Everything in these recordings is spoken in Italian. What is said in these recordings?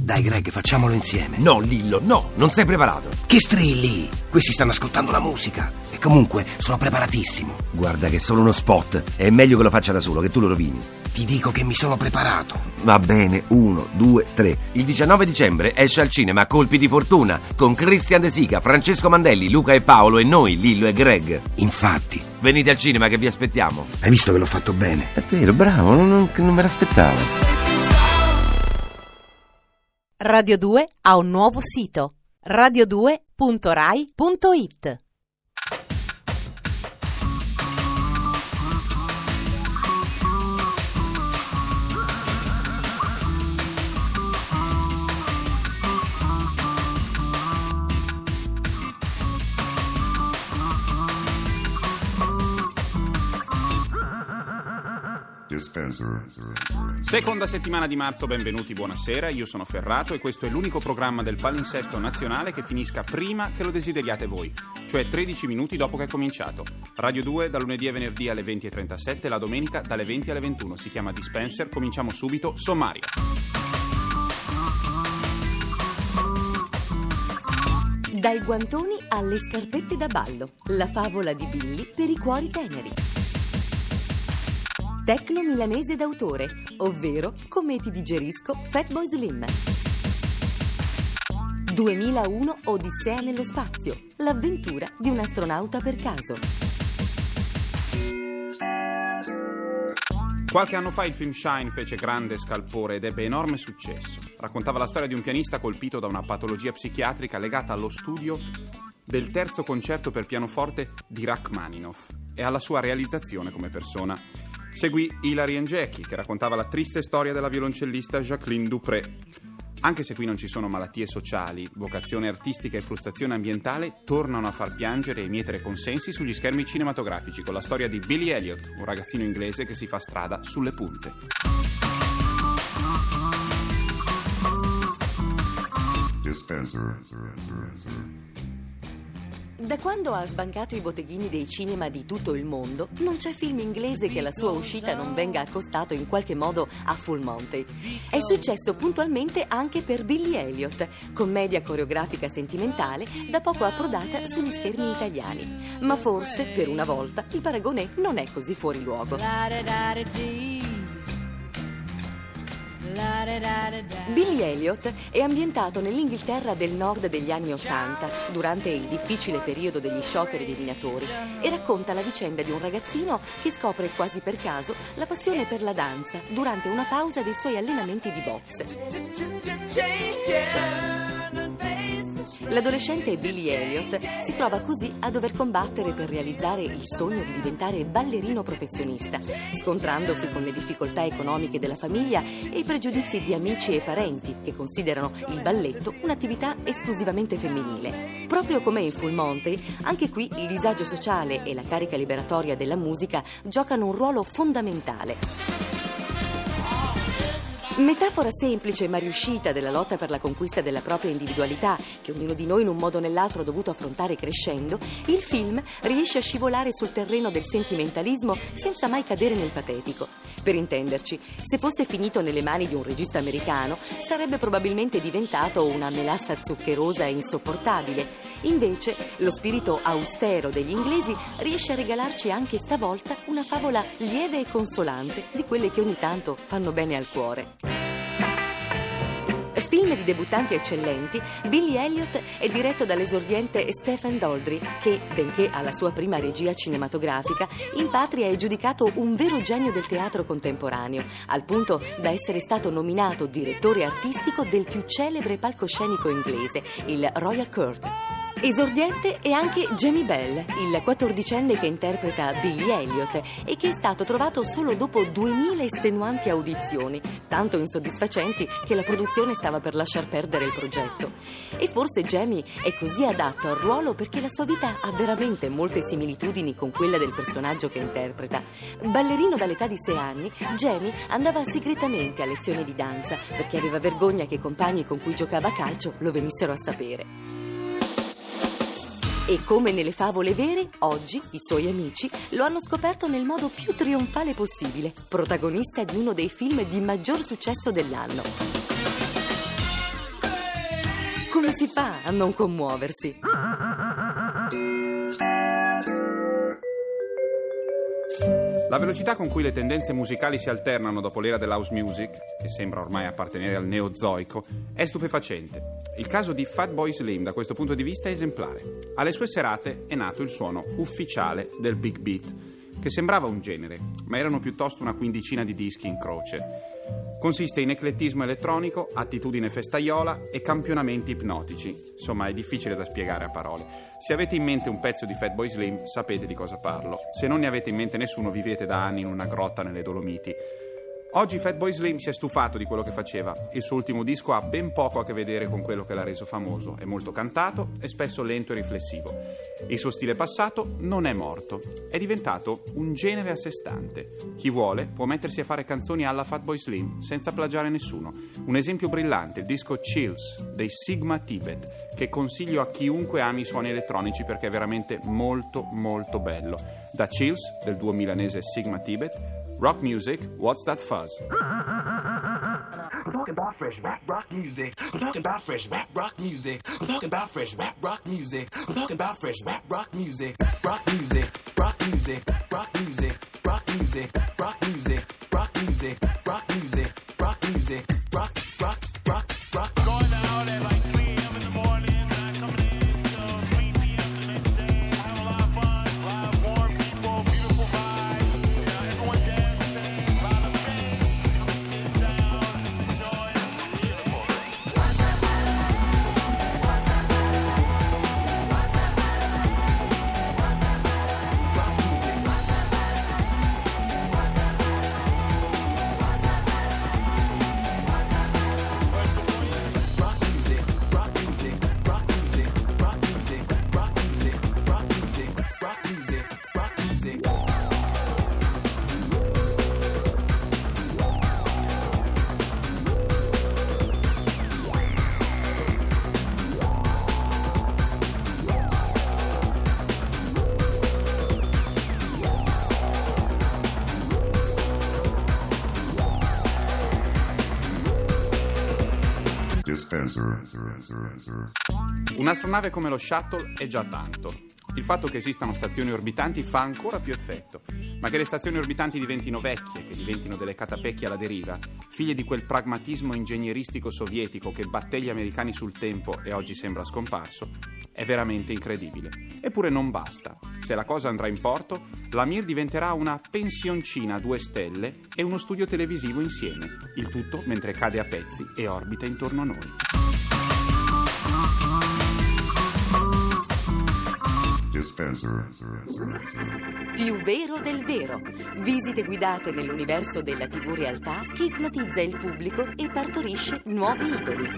Dai Greg, facciamolo insieme. No, Lillo, no, non sei preparato. Che strilli? Questi stanno ascoltando la musica. E comunque sono preparatissimo. Guarda che è solo uno spot. È meglio che lo faccia da solo, che tu lo rovini. Ti dico che mi sono preparato. Va bene, 1, 2, 3. Il 19 dicembre esce al cinema Colpi di fortuna con Christian De Sica, Francesco Mandelli, Luca e Paolo e noi, Lillo e Greg. Infatti. Venite al cinema che vi aspettiamo. Hai visto che l'ho fatto bene? È vero, bravo, non me l'aspettavo. Radio 2 ha un nuovo sito: radio2.rai.it. Seconda settimana di marzo, benvenuti, buonasera, io sono Ferrato e questo è l'unico programma del palinsesto nazionale che finisca prima che lo desideriate voi, cioè 13 minuti dopo che è cominciato. Radio 2 da lunedì e venerdì alle 20:37, la domenica dalle 20 alle 21, si chiama Dispenser, cominciamo subito, sommario. Dai guantoni alle scarpette da ballo, la favola di Billy per i cuori teneri. Tecno milanese d'autore, ovvero Come ti digerisco Fatboy Slim. 2001 Odissea nello spazio, l'avventura di un astronauta per caso. Qualche anno fa il film Shine fece grande scalpore ed ebbe enorme successo. Raccontava la storia di un pianista colpito da una patologia psichiatrica legata allo studio del terzo concerto per pianoforte di Rachmaninoff e alla sua realizzazione come persona. Seguì Hilary and Jackie, che raccontava la triste storia della violoncellista Jacqueline Dupré. Anche se qui non ci sono malattie sociali, vocazione artistica e frustrazione ambientale, tornano a far piangere e mietere consensi sugli schermi cinematografici con la storia di Billy Elliot, un ragazzino inglese che si fa strada sulle punte. Da quando ha sbancato i botteghini dei cinema di tutto il mondo, non c'è film inglese che alla sua uscita non venga accostato in qualche modo a Full Monty. È successo puntualmente anche per Billy Elliot, commedia coreografica sentimentale da poco approdata sugli schermi italiani. Ma forse, per una volta, il paragone non è così fuori luogo. Billy Elliot è ambientato nell'Inghilterra del nord degli anni '80, durante il difficile periodo degli scioperi dei minatori, e racconta la vicenda di un ragazzino che scopre quasi per caso la passione per la danza durante una pausa dei suoi allenamenti di boxe. L'adolescente Billy Elliot si trova così a dover combattere per realizzare il sogno di diventare ballerino professionista, scontrandosi con le difficoltà economiche della famiglia e i pregiudizi di amici e parenti che considerano il balletto un'attività esclusivamente femminile. Proprio come in Full Monty, anche qui il disagio sociale e la carica liberatoria della musica giocano un ruolo fondamentale. Metafora semplice ma riuscita della lotta per la conquista della propria individualità, che ognuno di noi in un modo o nell'altro ha dovuto affrontare crescendo, il film riesce a scivolare sul terreno del sentimentalismo senza mai cadere nel patetico. Per intenderci, se fosse finito nelle mani di un regista americano, sarebbe probabilmente diventato una melassa zuccherosa e insopportabile. Invece, lo spirito austero degli inglesi riesce a regalarci anche stavolta una favola lieve e consolante, di quelle che ogni tanto fanno bene al cuore. Film di debuttanti eccellenti, Billy Elliot è diretto dall'esordiente Stephen Daldry, che, benché alla sua prima regia cinematografica, in patria è giudicato un vero genio del teatro contemporaneo, al punto da essere stato nominato direttore artistico del più celebre palcoscenico inglese, il Royal Court. Esordiente è anche Jamie Bell, il 14enne che interpreta Billy Elliot e che è stato trovato solo dopo 2000 estenuanti audizioni, tanto insoddisfacenti che la produzione stava per lasciar perdere il progetto. E forse Jamie è così adatto al ruolo perché la sua vita ha veramente molte similitudini con quella del personaggio che interpreta. Ballerino dall'età di 6 anni, Jamie andava segretamente a lezioni di danza perché aveva vergogna che i compagni con cui giocava a calcio lo venissero a sapere. E come nelle favole vere, oggi i suoi amici lo hanno scoperto nel modo più trionfale possibile, protagonista di uno dei film di maggior successo dell'anno. a non commuoversi. La velocità con cui le tendenze musicali si alternano dopo l'era dell'house music, che sembra ormai appartenere al neozoico, è stupefacente. Il caso di Fatboy Slim da questo punto di vista è esemplare. Alle sue serate è nato il suono ufficiale del big beat, che sembrava un genere, ma erano piuttosto una quindicina di dischi in croce. Consiste in eclettismo elettronico, attitudine festaiola e campionamenti ipnotici. Insomma, è difficile da spiegare a parole. Se avete in mente un pezzo di Fatboy Slim, sapete di cosa parlo. Se non ne avete in mente nessuno, vivete da anni in una grotta nelle Dolomiti. Oggi Fatboy Slim si è stufato di quello che faceva. Il suo ultimo disco ha ben poco a che vedere con quello che l'ha reso famoso. È molto cantato e spesso lento e riflessivo. Il suo stile passato non è morto. È diventato un genere a sé stante. Chi vuole può mettersi a fare canzoni alla Fatboy Slim senza plagiare nessuno. Un esempio brillante, il disco Chills dei Sigma Tibet, che consiglio a chiunque ami i suoni elettronici perché è veramente molto molto bello. Da Chills del duo milanese Sigma Tibet, Rock Music, What's That Fuzz? I'm talking about fresh rock music. I'm talking about fresh rock music. I'm talking about fresh rock music. I'm talking about fresh rock music. Rock music, rock music, rock music, rock music, rock music, rock music, rock music, rock music, rock, rock, rock, rock. Going out at like 3 a.m. in the morning, coming in till 3 p.m. the next day. Have a lot of fun, a lot of warm people, beautiful vibes. Everyone dancing, a lot of things. Just get down, just enjoy it. Beautiful. Un'astronave come lo Shuttle è già tanto. Il fatto che esistano stazioni orbitanti fa ancora più effetto, ma che le stazioni orbitanti diventino vecchie, che diventino delle catapecchie alla deriva, figlie di quel pragmatismo ingegneristico sovietico che batté gli americani sul tempo e oggi sembra scomparso, è veramente incredibile. Eppure non basta. Se la cosa andrà in porto, la Mir diventerà una pensioncina a 2 stelle e uno studio televisivo insieme, il tutto mentre cade a pezzi e orbita intorno a noi. Più vero del vero. Visite guidate nell'universo della TV realtà che ipnotizza il pubblico e partorisce nuovi idoli.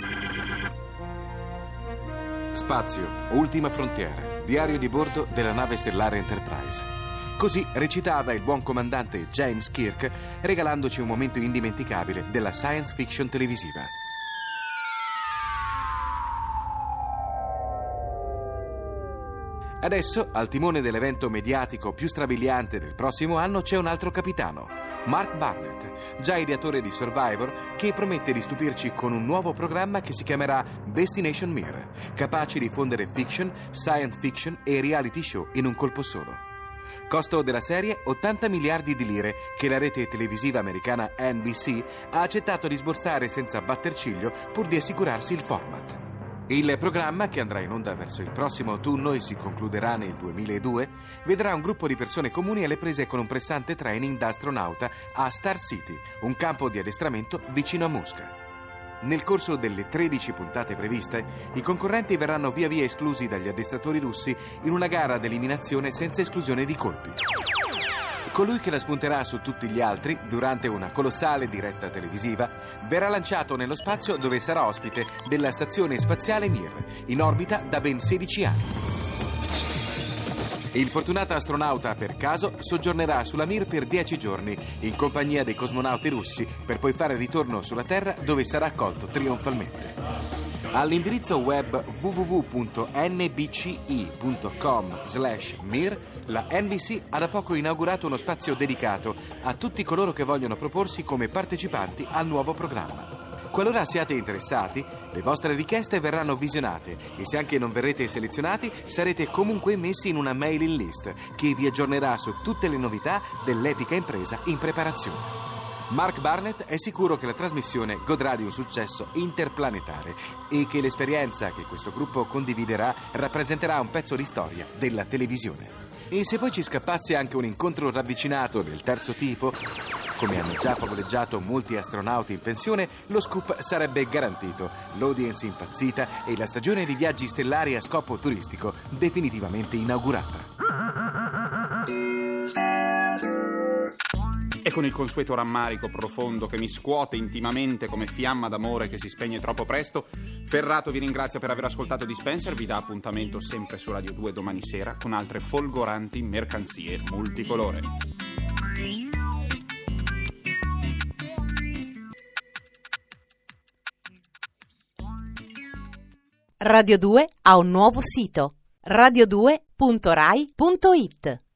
Spazio, ultima frontiera. Diario di bordo della nave stellare Enterprise. Così recitava il buon comandante James Kirk, regalandoci un momento indimenticabile della science fiction televisiva. Adesso, al timone dell'evento mediatico più strabiliante del prossimo anno, c'è un altro capitano, Mark Burnett, già ideatore di Survivor, che promette di stupirci con un nuovo programma che si chiamerà Destination Mir, capace di fondere fiction, science fiction e reality show in un colpo solo. Costo della serie 80 miliardi di lire che la rete televisiva americana NBC ha accettato di sborsare senza batter ciglio pur di assicurarsi il format. Il programma, che andrà in onda verso il prossimo autunno e si concluderà nel 2002, vedrà un gruppo di persone comuni alle prese con un pressante training da astronauta a Star City, un campo di addestramento vicino a Mosca. Nel corso delle 13 puntate previste, i concorrenti verranno via via esclusi dagli addestratori russi in una gara ad eliminazione senza esclusione di colpi. Colui che la spunterà su tutti gli altri, durante una colossale diretta televisiva, verrà lanciato nello spazio dove sarà ospite della stazione spaziale Mir, in orbita da ben 16 anni. Il fortunato astronauta, per caso, soggiornerà sulla Mir per 10 giorni, in compagnia dei cosmonauti russi, per poi fare ritorno sulla Terra, dove sarà accolto trionfalmente. All'indirizzo web www.nbci.com/mir, la NBC ha da poco inaugurato uno spazio dedicato a tutti coloro che vogliono proporsi come partecipanti al nuovo programma. Qualora siate interessati, le vostre richieste verranno visionate e se anche non verrete selezionati, sarete comunque messi in una mailing list che vi aggiornerà su tutte le novità dell'epica impresa in preparazione. Mark Barnett è sicuro che la trasmissione godrà di un successo interplanetare e che l'esperienza che questo gruppo condividerà rappresenterà un pezzo di storia della televisione. E se poi ci scappasse anche un incontro ravvicinato del terzo tipo, come hanno già favoleggiato molti astronauti in pensione, lo scoop sarebbe garantito, l'audience impazzita e la stagione di viaggi stellari a scopo turistico definitivamente inaugurata. E con il consueto rammarico profondo che mi scuote intimamente come fiamma d'amore che si spegne troppo presto, Ferrato vi ringrazia per aver ascoltato Dispenser, vi dà appuntamento sempre su Radio 2 domani sera con altre folgoranti mercanzie multicolore. Radio 2 ha un nuovo sito: radio2.rai.it.